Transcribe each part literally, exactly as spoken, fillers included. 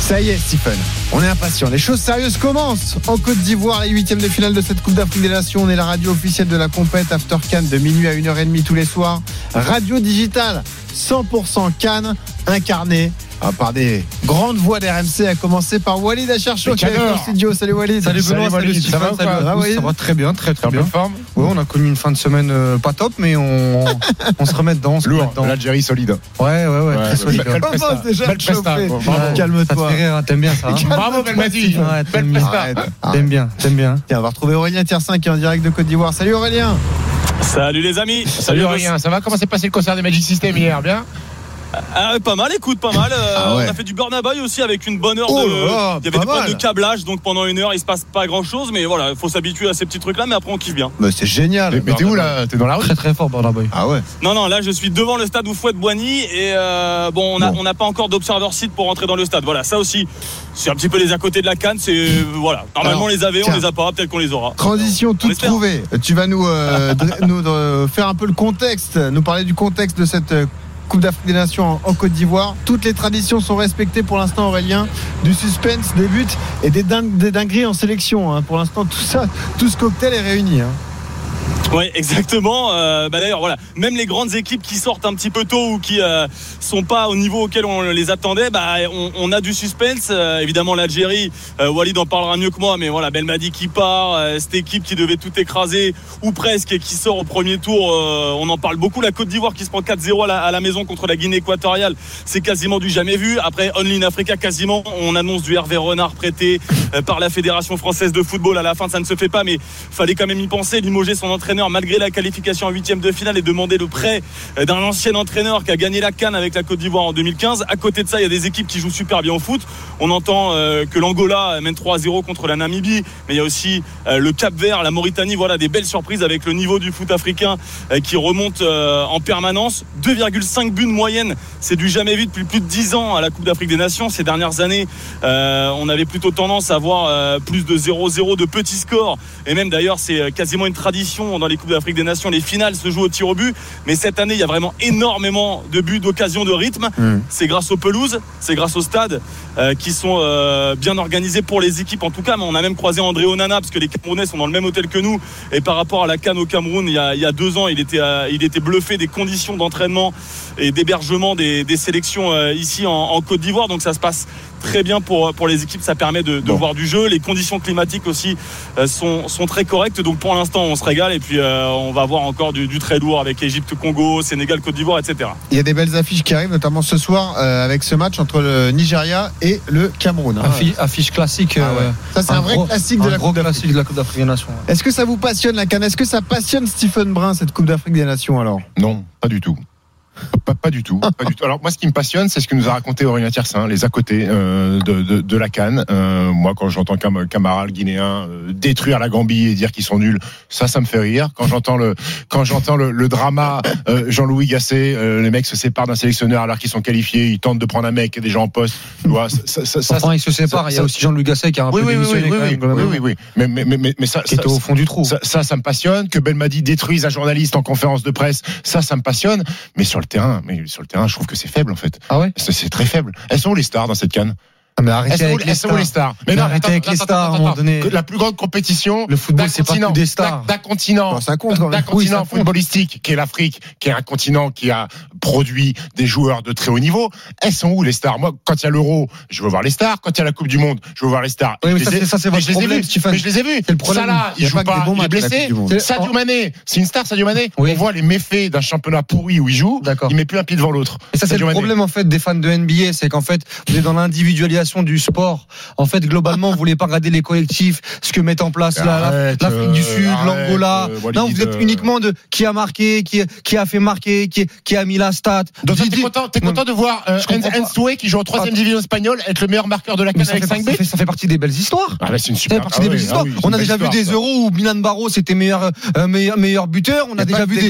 Ça y est, Stephen, on est impatient. Les choses sérieuses commencent en Côte d'Ivoire, les huitièmes de finale de cette Coupe d'Afrique des Nations. On est la radio officielle de la compète After Cannes de minuit à une heure trente tous les soirs. Radio digitale, cent pour cent Cannes, incarné par des grandes voix d'R M C, à commencer par Walid Acharchour qui est dans le studio. Salut Walid. Salut Benoît, salut, salut ça va, salut, ça, Walid. Ça va très bien, très très bien. Forme. Ouais, on a connu une fin de semaine euh, pas top, mais on, on se remet dedans. On se Lourd, remet dedans. L'Algérie solide. Ouais, ouais, ouais, ouais très solide. Belle presta, déjà belle presta, chauffé. bravo. Ouais, Calme-toi. Ça te fait rire, hein, t'aimes bien ça hein. Bravo Belmadi. Ouais, Belle t'aimes bien. presta. T'aimes bien, t'aimes bien. Tiens, on va retrouver Aurélien Tiersin qui est en direct de Côte d'Ivoire. Salut Aurélien. Salut les amis. Salut Aurélien, ça va? Comment s'est passé le concert des Magic System hier? Bien? Ah, pas mal, écoute, pas mal. Euh, Ah ouais. On a fait du Burna Boy aussi avec une bonne heure Oh de. là là, il y avait pas des problèmes mal. de câblage, donc pendant une heure il se passe pas grand chose, mais voilà, il faut s'habituer à ces petits trucs là, mais après on kiffe bien. Bah, c'est génial. Mais, mais t'es où là? T'es dans la rue? Très très fort, Burna Boy. Ah ouais. Non, non, là je suis devant le stade Houphouët-Boigny et euh, bon, on a, Bon. on n'a pas encore d'observer site pour rentrer dans le stade. Voilà, ça aussi, c'est un petit peu les à côté de la Cannes. C'est voilà. Normalement Alors, on les avait, tiens. on les a pas, peut-être qu'on les aura. Transition On toute espère. trouvée. Tu vas nous, euh, dr- nous euh, faire un peu le contexte, nous parler du contexte de cette euh, Coupe d'Afrique des Nations en, en Côte d'Ivoire. Toutes les traditions sont respectées pour l'instant, Aurélien. Du suspense, des buts et des, dingues, des dingueries en sélection. Hein. Pour l'instant, tout ça, tout ce cocktail est réuni. Hein. Oui, exactement. Euh, bah d'ailleurs, voilà, même les grandes équipes qui sortent un petit peu tôt ou qui euh, sont pas au niveau auquel on les attendait, bah on, on a du suspense. Euh, évidemment, l'Algérie, euh, Walid en parlera mieux que moi, mais voilà, Belmadi qui part, euh, cette équipe qui devait tout écraser ou presque et qui sort au premier tour. Euh, on en parle beaucoup. La Côte d'Ivoire qui se prend quatre zéro à la, à la maison contre la Guinée équatoriale, c'est quasiment du jamais vu. Après, Only in Africa, quasiment, on annonce du Hervé Renard prêté euh, par la Fédération française de football. À la fin, ça ne se fait pas, mais fallait quand même y penser. Limoger son entraîneur malgré la qualification en huitième de finale et demander le prêt d'un ancien entraîneur qui a gagné la CAN avec la Côte d'Ivoire en deux mille quinze. À côté de ça, il y a des équipes qui jouent super bien au foot. On entend euh, que l'Angola mène trois à zéro contre la Namibie, mais il y a aussi euh, le Cap-Vert, la Mauritanie. Voilà, des belles surprises avec le niveau du foot africain euh, qui remonte euh, en permanence. deux virgule cinq buts de moyenne, c'est du jamais vu depuis plus de dix ans à la Coupe d'Afrique des Nations. Ces dernières années, euh, on avait plutôt tendance à voir euh, plus de zéro zéro, de petits scores, et même d'ailleurs c'est quasiment une tradition dans les Coupes d'Afrique des Nations. Les finales se jouent au tir au but, mais cette année il y a vraiment énormément de buts, d'occasions, de rythme. mmh. C'est grâce aux pelouses, c'est grâce au stade euh, qui sont euh, bien organisés pour les équipes en tout cas. Mais on a même croisé André Onana parce que les Camerounais sont dans le même hôtel que nous, et par rapport à la CAN au Cameroun il y a, il y a deux ans il était, euh, il était bluffé des conditions d'entraînement et d'hébergement des, des sélections euh, ici en, en Côte d'Ivoire. Donc ça se passe très bien pour, pour les équipes, ça permet de, de bon. voir du jeu. Les conditions climatiques aussi euh, sont, sont très correctes, donc pour l'instant on se régale, et puis euh, on va voir encore du, du très lourd avec Égypte, Congo, Sénégal, Côte d'Ivoire, et cetera. Il y a des belles affiches qui arrivent, notamment ce soir euh, avec ce match entre le Nigeria et le Cameroun. Hein. Affiche, affiche classique. Ah ouais. Ça c'est un, un vrai gros, classique de un la gros Coupe d'Afrique. classique de la Coupe d'Afrique des Nations. Ouais. Est-ce que ça vous passionne la CAN? Est-ce que ça passionne Stephen Brun, cette Coupe d'Afrique des Nations alors? Non, pas du tout. Pas, pas du tout, pas du tout. Alors moi, ce qui me passionne, c'est ce que nous a raconté Aurélien Tiersin, les à côté euh, de, de, de la CAN. Euh, moi, quand j'entends Cam- Camara, le Guinéen, euh, détruire la Gambie et dire qu'ils sont nuls, ça, ça me fait rire. Quand j'entends le, quand j'entends le, le drama, euh, Jean-Louis Gasset, euh, les mecs se séparent d'un sélectionneur alors qu'ils sont qualifiés, ils tentent de prendre un mec déjà en poste. Tu vois, ça, ça, ça, ça, enfin, ils se séparent. Ça, il y a aussi Jean-Louis Gasset qui a un oui, peu oui, démissionné oui, quand oui, même. Oui, oui, oui, oui. Mais, mais, mais, mais ça, qui ça, était au fond du trou. Ça, ça, ça me passionne. Que Belmadi détruise un journaliste en conférence de presse, ça, ça me passionne. Mais sur le terrain, mais sur le terrain, je trouve que c'est faible en fait. Ah ouais. C'est, c'est très faible. Elles sont où les stars dans cette CAN? Ah mais arrêtez elles avec sont, les stars. les stars. Mais, mais non, arrêtez avec les stars à un moment donné. La plus grande compétition. Le football, c'est pas que des stars. D'un, d'un continent. Bon, ça compte, d'un, d'un continent oui, footballistique qui est l'Afrique, qui est un continent qui a produit des joueurs de très haut niveau. Elles sont où les stars? Moi, quand il y a l'Euro, je veux voir les stars. Quand il y a la Coupe du Monde, je veux voir les stars. Oui, mais je ça, les ai, c'est, ça, c'est votre problème, Stephen. Mais je les ai vus. C'est le problème. Ça là, il, il joue pas, il est blessé. Sadio Mané, c'est une star, Sadio Mané. Oui. On voit les méfaits d'un championnat pourri où il joue. D'accord. Il met plus un pied devant l'autre. Et ça, c'est le problème en fait des fans de N B A, c'est qu'en fait, vous êtes dans l'individualisation du sport. En fait, globalement, vous voulez pas regarder les collectifs, ce que met en place la, arrête, l'Afrique euh, du Sud, arrête, l'Angola. euh, Walid, non, vous êtes euh... uniquement de qui a marqué, qui, qui a fait marquer, qui, qui a mis la stat. Donc t'es content, t'es content de voir euh, Ensoué qui joue en troisième division espagnole être le meilleur marqueur de la CAN avec cinq buts. Ça fait, ça fait partie des belles histoires. Ah bah c'est une super. Ça fait partie ah des belles oui, histoires. Ah oui, on a déjà vu des euros où Milan Barros était meilleur, euh, meilleur, meilleur buteur. On a déjà vu des.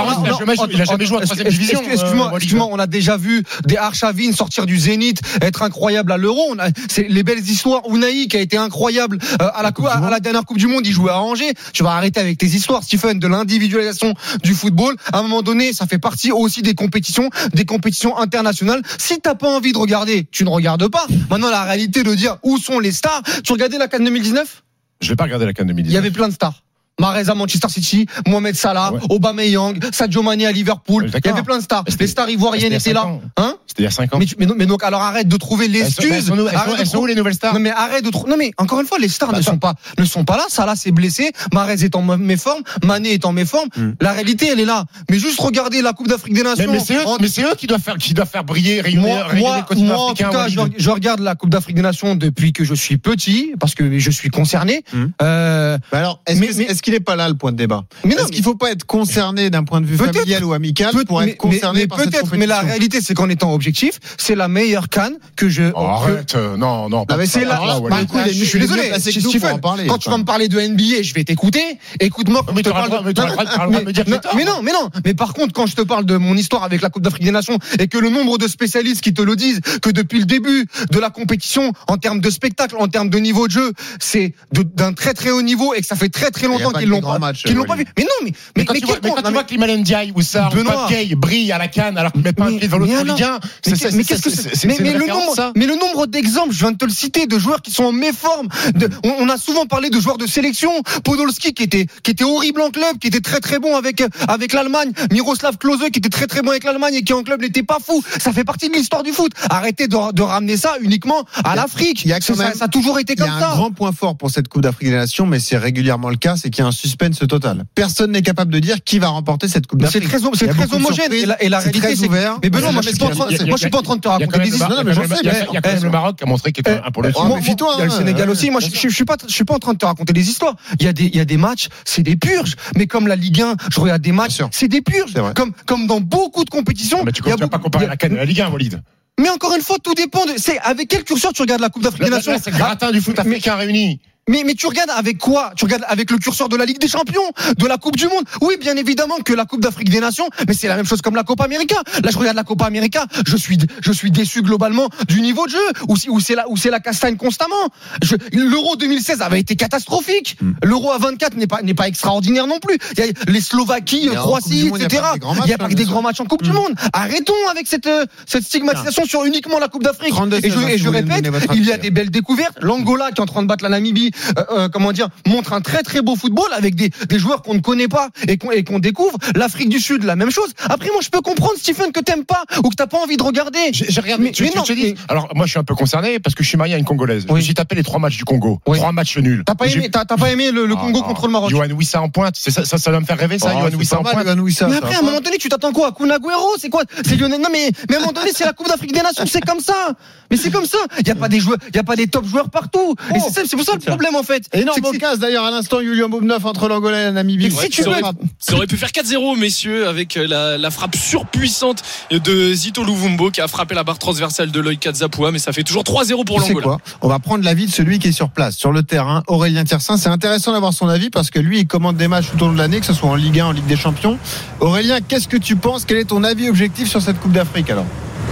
Il a jamais joué en troisième division. Excuse-moi, excuse-moi, on a déjà vu des Arshavin sortir du Zénith, être incroyables à l'Euro. On a, c'est les belles histoires. Unai qui a été incroyable euh, à la, coupe, à, à la dernière Coupe du Monde. Il jouait à Angers. Tu vas arrêter avec tes histoires, Stephen, de l'individualisation du football. À un moment donné, ça fait partie aussi des compétitions, des compétitions internationales. Si t'as pas envie de regarder, tu ne regardes pas. Maintenant, la réalité de dire où sont les stars. Tu regardais la CAN deux mille dix-neuf? Je vais pas regarder la CAN deux mille dix-neuf. Il y avait plein de stars. Mahrez à Manchester City, Mohamed Salah, ouais. Aubameyang, Sadio Mané à Liverpool. Il y avait plein de stars. Les stars ivoiriennes étaient là. Hein? C'était il y a cinq ans. Mais, tu, mais, mais donc alors arrête de trouver l'excuse. Elles sont, elles sont, elles sont, elles sont où les nouvelles stars? Non mais arrête de trouver. Non mais encore une fois, les stars bah, ne sont pas ne sont pas là. Salah s'est blessé, Mahrez est en méforme, Mané est en méforme. Mm. La réalité elle est là. Mais juste regarder la Coupe d'Afrique des Nations. Mais, mais c'est eux, en... mais c'est eux qui doivent faire qui doivent faire briller, rayonner, moi, rayonner moi, le continent moi, africain. En tout cas, je, je regarde la Coupe d'Afrique des Nations depuis que je suis petit parce que je suis concerné. Mm. Euh, bah alors, est-ce, mais, que, mais, est-ce qu'il n'est pas là le point de débat? Mais non, Est-ce qu'il ne faut pas être concerné d'un point de vue familial ou amical pour être mais, concerné mais, par mais cette peut-être, mais la réalité, c'est qu'en étant objectif, c'est la meilleure CAN que je. Oh, arrête, euh, non, non. Pas non mais c'est là. là, bah, écoute, je suis désolé. Stephen, parler, quand tu vas me parler de N B A, je vais t'écouter. Écoute-moi. Mais tu parles de. Mais non, mais non. Mais par contre, quand je te parle de mon histoire avec la Coupe d'Afrique des Nations et que le nombre de spécialistes qui te le disent, que depuis le début de la compétition, en termes de spectacle, en termes de niveau de jeu, c'est d'un très très haut niveau et que ça fait très très longtemps qu'ils l'ont pas, qu'ils l'ont pas vu. Mais non, mais mais mais quand tu vois qu'Iliman Ndiaye ou ça, Pape Gueye brille à la CAN alors qu'il met pas un pied devant l'autre en Ligue un, mais qu'est-ce que c'est? Mais le nombre, mais le nombre d'exemples, je viens de te le citer, de joueurs qui sont en méforme. On a souvent parlé de joueurs de sélection. Podolski qui était qui était horrible en club, qui était très très bon avec avec l'Allemagne. Miroslav Klose qui était très très bon avec l'Allemagne et qui en club n'était pas fou. Ça fait partie de l'histoire du foot. Arrêtez de, de ramener ça uniquement à l'Afrique. Il y a quand même, ça, ça a toujours été comme ça. Il y a un grand point fort pour cette Coupe d'Afrique des Nations, mais c'est régulièrement le cas, c'est qu'il y a un suspense total. Personne n'est capable de dire qui va remporter cette Coupe d'Afrique. C'est très, c'est très homogène. Et la, et la réalité, c'est ouvert. Mais Benoît, moi, je suis pas en train, moi, je suis pas en train de te raconter des histoires. Il y a quand même le Maroc qui a montré qu'il était un pour le Moi, il y a le Sénégal aussi. Moi, je, je, je suis pas, je suis pas en train de te raconter des histoires. Il y a des, il y a des matchs, c'est des purges. Mais comme la Ligue un, je regarde des matchs, c'est des purges. Comme, comme dans beaucoup de compétitions. Mais tu ne vas pas comparer la CAN et la Ligue un, Walid. Mais encore une fois, tout dépend de, c'est avec quel curseur tu regardes la Coupe d'Afrique des Nations. C'est le gratin du foot africain réuni. Mais, mais tu regardes avec quoi? Tu regardes avec le curseur de la Ligue des Champions, de la Coupe du Monde. Oui, bien évidemment que la Coupe d'Afrique des Nations, mais c'est la même chose comme la Copa América. Là, je regarde la Copa América, je suis, je suis déçu globalement du niveau de jeu, où, où c'est la, où c'est la castagne constamment. Je, L'Euro deux mille seize avait été catastrophique. Mm. L'Euro à vingt-quatre n'est pas, n'est pas extraordinaire non plus. Il y a les Slovaquies, Croatie, et cetera. Il n'y a pas que des grands matchs en Coupe mm. du Monde. Arrêtons avec cette, cette stigmatisation Tiens. sur uniquement la Coupe d'Afrique. Et je, et je répète, il y a des belles découvertes. L'Angola qui est en train de battre la Namibie, euh, euh, comment dire, montre un très très beau football avec des, des joueurs qu'on ne connaît pas et qu'on, et qu'on découvre. L'Afrique du Sud, la même chose. Après, moi, je peux comprendre, Stephen, que t'aimes pas ou que t'as pas envie de regarder. J'ai, j'ai regardé. Mais, tu, mais tu, non, tu mais... Alors, moi, je suis un peu concerné parce que je suis marié à une Congolaise. Oui. Je me suis tapé les trois matchs du Congo. Oui. Trois matchs nuls. T'as pas aimé, t'as, t'as pas aimé le, le Congo ah, contre le Maroc. Yohan Wissa en pointe. C'est ça, ça, ça va me faire rêver, ça, oh, Yohan Wissa en pointe. Wissa, mais après, à un moment donné, tu t'attends quoi? Kun Agüero, c'est quoi? C'est Lionel. Non, mais, mais à un moment donné, c'est la Coupe d'Afrique des Nations, c'est comme ça. Mais c'est comme ça. Il y a pas des joueurs, il y a pas des top joueurs partout. Et c'est, c'est pour ça le problème, en fait. Énorme occasion d'ailleurs à l'instant, Julien Boubneuf entre l'Angola et la Namibie. Ouais, si tu ça, veux... aurait, ça aurait pu faire quatre zéro, messieurs, avec la, la frappe surpuissante de Zito Luvumbo qui a frappé la barre transversale de Loïc Kadzapua, mais ça fait toujours trois zéro pour l'Angola. Quoi On va prendre l'avis de celui qui est sur place, sur le terrain, Aurélien Tiersin. C'est intéressant d'avoir son avis parce que lui, il commande des matchs tout au long de l'année, que ce soit en Ligue un, en Ligue des Champions. Aurélien, qu'est-ce que tu penses? Quel est ton avis objectif sur cette Coupe d'Afrique alors?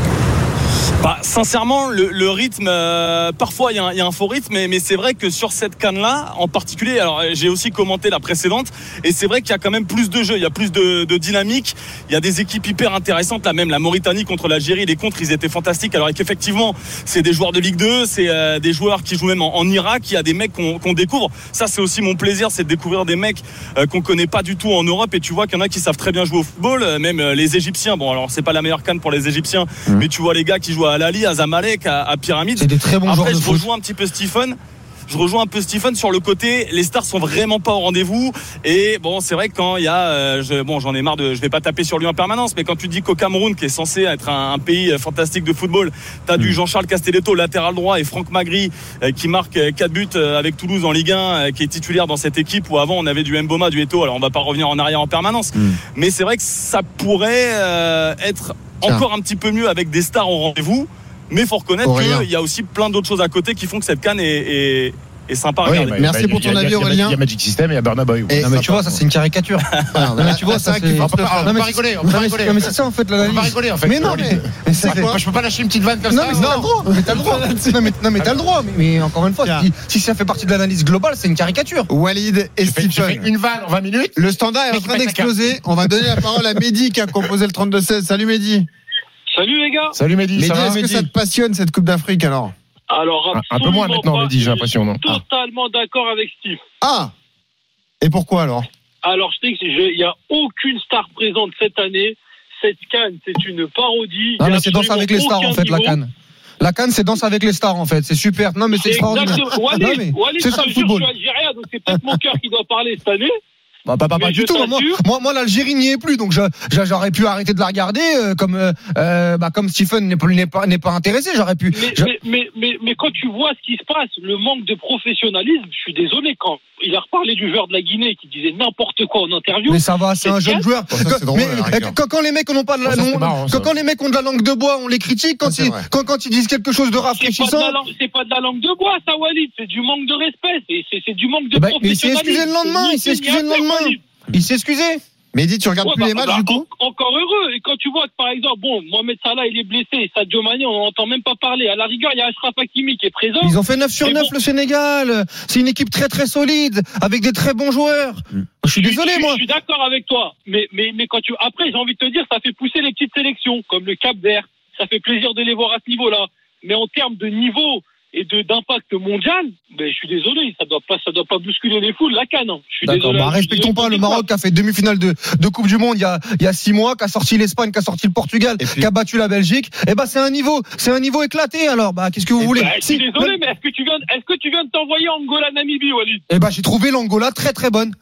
Bah, sincèrement, le, le rythme, euh, parfois il y, y a un faux rythme, mais, mais c'est vrai que sur cette CAN-là, en particulier, alors j'ai aussi commenté la précédente, et c'est vrai qu'il y a quand même plus de jeux, il y a plus de, de dynamique, il y a des équipes hyper intéressantes, là même la Mauritanie contre l'Algérie, les contres ils étaient fantastiques, alors qu'effectivement c'est des joueurs de Ligue deux, c'est euh, des joueurs qui jouent même en, en Irak, il y a des mecs qu'on, qu'on découvre, ça c'est aussi mon plaisir, c'est de découvrir des mecs euh, qu'on connaît pas du tout en Europe, et tu vois qu'il y en a qui savent très bien jouer au football, euh, même euh, les Égyptiens, bon alors c'est pas la meilleure CAN pour les Égyptiens, mmh. mais tu vois les gars qui jouent à Al-Ahly, à Zamalek, à, à Pyramide. C'est des très bons Après, joueurs de je foot. rejoins un petit peu Stephen. Je rejoins un peu Stephen sur le côté. Les stars sont vraiment pas au rendez-vous. Et bon, c'est vrai que quand il y a, euh, je, bon, j'en ai marre de, je vais pas taper sur lui en permanence, mais quand tu dis qu'au Cameroun, qui est censé être un, un pays fantastique de football, t'as mmh. du Jean-Charles Castelletto, latéral droit, et Franck Magri, euh, qui marque quatre buts euh, avec Toulouse en Ligue un, euh, qui est titulaire dans cette équipe où avant on avait du Mboma, du Eto'o. Alors on va pas revenir en arrière en permanence, mmh. mais c'est vrai que ça pourrait euh, être encore un petit peu mieux avec des stars au rendez-vous. Mais il faut reconnaître qu'il y a aussi plein d'autres choses à côté qui font que cette CAN est, est, est sympa à Oui, regarder. bah, Merci bah, pour il y a- ton il y a- avis, il y a- Aurélien. Il y a Magic System et il y a Burna Boy. Et- Non, mais tu vois, ça, c'est une caricature. Alors, Non, là, mais tu vois, là, ça, c'est vrai c'est- qu'il faut On peut pas- se- on Non, peut mais pas c'est- rigoler, on Non, peut pas mais rigoler. c'est- mais c'est ça, en fait, On peut l'analyse. pas rigoler en fait. Mais non, mais, mais c'est quoi Moi, je peux pas lâcher une petite vanne comme Non, ça. mais t'as le droit, mais t'as le droit. Non, mais, non, mais t'as le droit. Mais, mais encore une fois, Tiens. si, si ça fait partie de l'analyse globale, c'est une caricature. Walid et J'ai fait, j'ai fait Stephen. une vanne en vingt minutes. Le standard est en Mais qui train pète la d'exploser. On va donner la parole à Mehdi qui a composé le trente-deux seize. Salut Mehdi. Salut les gars. Salut Mehdi, Mehdi, ça va est-ce que ça te passionne cette Coupe d'Afrique alors? Alors Un- un peu moins absolument maintenant, pas. Mehdi, j'ai l'impression, non? Je suis Totalement d'accord avec Steve. Ah. Et pourquoi alors? Alors je sais qu'il n'y a aucune star présente cette année. Cette CAN, c'est une parodie. Non, Il y a mais c'est Danse absolument avec les stars, aucun en fait, la niveau. CAN. La CAN, c'est Danse avec les stars, en fait. C'est super. Non, mais c'est extraordinaire. Exactement. Walid, Non, mais Walid, c'est je ça te le jure, football. je suis algérien, donc c'est peut-être mon cœur qui doit parler cette année. Bah, pas, pas, pas Mais du je tout. Moi, t'assure- moi, moi, l'Algérie n'y est plus, donc je- je- j'aurais pu arrêter de la regarder euh, comme, euh, euh, bah, comme Stephen n'est pas, n'est pas, n'est pas intéressé. J'aurais pu. Mais, je- mais, mais, mais, mais quand tu vois ce qui se passe, le manque de professionnalisme, je suis désolé, quand il a reparlé du joueur de la Guinée qui disait n'importe quoi en interview. Mais ça va, c'est un C'est jeune bien. joueur. Bon, ça, Quand- c'est drôle, mais, à la rigueur. quand, quand les mecs n'ont pas de la, Bon, ça, c'est non, marrant, ça. quand, quand les mecs ont de la langue de bois, on les critique. Quand, Ça, c'est ils, vrai. quand, quand ils disent quelque chose de C'est pas, de rafraîchissant. la langue, c'est pas de la langue de bois, ça, Walid. C'est du manque de respect. C'est, c'est, c'est du manque de Bah, mais il s'est professionnalisme. excusé le lendemain, il s'est C'est ni excusé le fait ni à lendemain. faire, Walid. Il s'est excusé. Mehdi, tu regardes Ouais, plus bah, les matchs bah, du coup? en- Encore heureux. Et quand tu vois que, par exemple, bon, Mohamed Salah, il est blessé. Sadio Mané, on n'entend même pas parler. À la rigueur, il y a Achraf Hakimi qui est présent. Ils ont fait neuf sur Mais neuf bon. le Sénégal. C'est une équipe très très solide avec des très bons joueurs. Je suis désolé je, moi. Je suis d'accord avec toi. Mais, mais, mais quand tu, après, j'ai envie de te dire, ça fait pousser les petites sélections, comme le Cap Vert. Ça fait plaisir de les voir à ce niveau-là. Mais en termes de niveau et de, d'impact mondial, ben, je suis désolé. Ça doit pas, ça doit pas bousculer les foules, la CAN. Hein. Je suis D'accord, désolé. bah, Je suis respectons désolé pas pour le dire Maroc qui a fait demi-finale de, de Coupe du Monde il y a, il y a six mois, qui a sorti l'Espagne, qui a sorti le Portugal, Et puis- qui a battu la Belgique. Et bah c'est un niveau, c'est un niveau éclaté. Alors bah qu'est-ce que vous Et voulez Bah, je suis Si- désolé, mais est-ce que tu viens, est-ce que tu viens de t'envoyer Angola-Namibie, Walid? Et bah j'ai trouvé l'Angola très très bonne.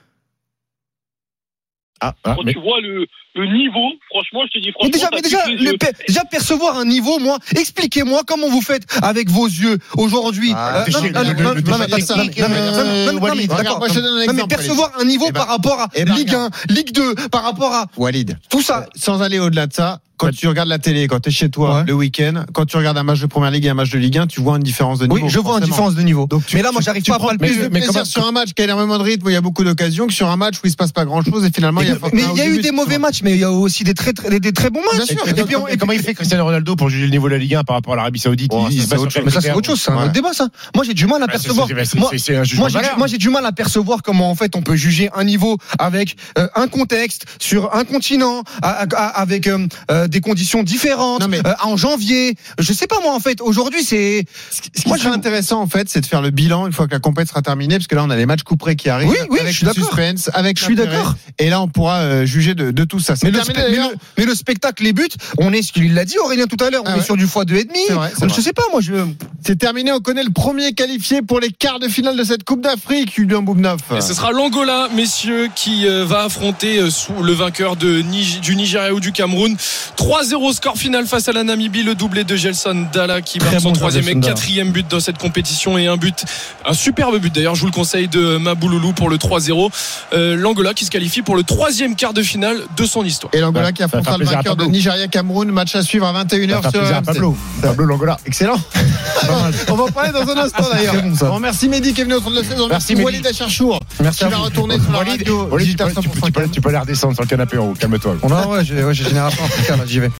Ah, ah, Quand mais tu vois le, le niveau, franchement, je te dis Mais franchement. déjà, ça mais pique déjà, les le yeux. pe- déjà percevoir un niveau, moi, expliquez-moi comment vous faites avec vos yeux aujourd'hui. Ah, Euh, le non, déchet- non, le- non, le non, déchet non, mais- technique, non, mais- non, mais- euh, non, mais- non, mais Walid, d'accord. regarde, moi, je te donne un Non, mais exemple, percevoir un niveau Eh ben- par rapport à eh ben, Ligue un, Ligue deux, par rapport à Walid, tout ça. sans aller au-delà de ça, quand tu regardes la télé, quand tu es chez toi Ouais. le week-end, quand tu regardes un match de première ligue et un match de Ligue un, tu vois une différence de Oui, niveau. je vois une forcément. différence de niveau. Donc, tu- mais là, moi, tu- j'arrive tu pas à prends palper. plus de mais- mais plaisir comment- sur un match qui a énormément de rythme où il y a beaucoup d'occasions que sur un match où il se passe pas grand-chose et finalement il y a. Mais il y a eu des mauvais matchs, mais il y a aussi des très, très, des, des très bons matchs. Bien sûr. Et puis, on- Et comment il fait Cristiano Ronaldo pour juger le niveau de la Ligue un par rapport à l'Arabie Saoudite? Oh, Il- il ça, se c'est base autre sur chose. mais ça, quel c'est critère? autre chose, c'est un Ouais. autre débat, ça. Moi, j'ai du mal à Bah, c'est- percevoir. c'est- c'est- Moi, c'est- c'est un moi, jugement j'ai, valeur. moi, j'ai du mal à percevoir comment, en fait, on peut juger un niveau avec euh, un contexte, sur un continent, à- à- avec euh, euh, des conditions différentes, Non, mais- euh, en janvier. Je sais pas, moi, en fait, aujourd'hui, c'est. Ce qui Moi, serait je- intéressant en fait, c'est de faire le bilan une fois que la compétition sera terminée, parce que là on a les matchs couperés qui arrivent, Oui, oui, avec je suis le d'accord. suspense, avec Je suis l'intérêt. d'accord. Et là on pourra euh, juger de, de tout ça. C'est Mais le, terminé, spe- mais, d'ailleurs. le, mais le spectacle, les buts, on est, il l'a dit Aurélien tout à l'heure, on Ah est ouais. sur du fois deux et demi. C'est vrai, c'est Je vrai. sais pas, moi, je. C'est terminé, on connaît le premier qualifié pour les quarts de finale de cette Coupe d'Afrique, Julien Boubnov. Et ce sera l'Angola, messieurs, qui euh, va affronter euh, sous le vainqueur de, Nig- du Nigeria ou du Cameroun. trois zéro score final face à la Namibie, le doublé de Gelson Dalla qui Très marque son bon, troisième et Gelson Dalla. quatrième but dans cette compétition et un but, un superbe but d'ailleurs, je vous le conseille, de Mabouloulou pour le trois zéro. Euh, L'Angola qui se qualifie pour le troisième quart de finale de son histoire. Et l'Angola Ouais, qui ça va affrontera faire le plaisir à vainqueur de Pablo. Nigeria-Cameroun, match à suivre à vingt et une Ça heures va sur faire plaisir à R M C. Pablo. Pablo Longola. Excellent. On va en parler dans un instant d'ailleurs. Très bon, ça. On remercie Mehdi qui est venu au trente de la saison. Merci, Merci Mehdi. Walid Acharchour. Merci Tu à vas vous. retourner sur la Walid, radio Walid, tu Digital peux- tu peux- cent pour cent. tu peux- tu peux aller redescendre sur le canapé en haut. Calme-toi. On a, ouais, j'ai, ouais, j'ai génération africaine, là, j'y vais.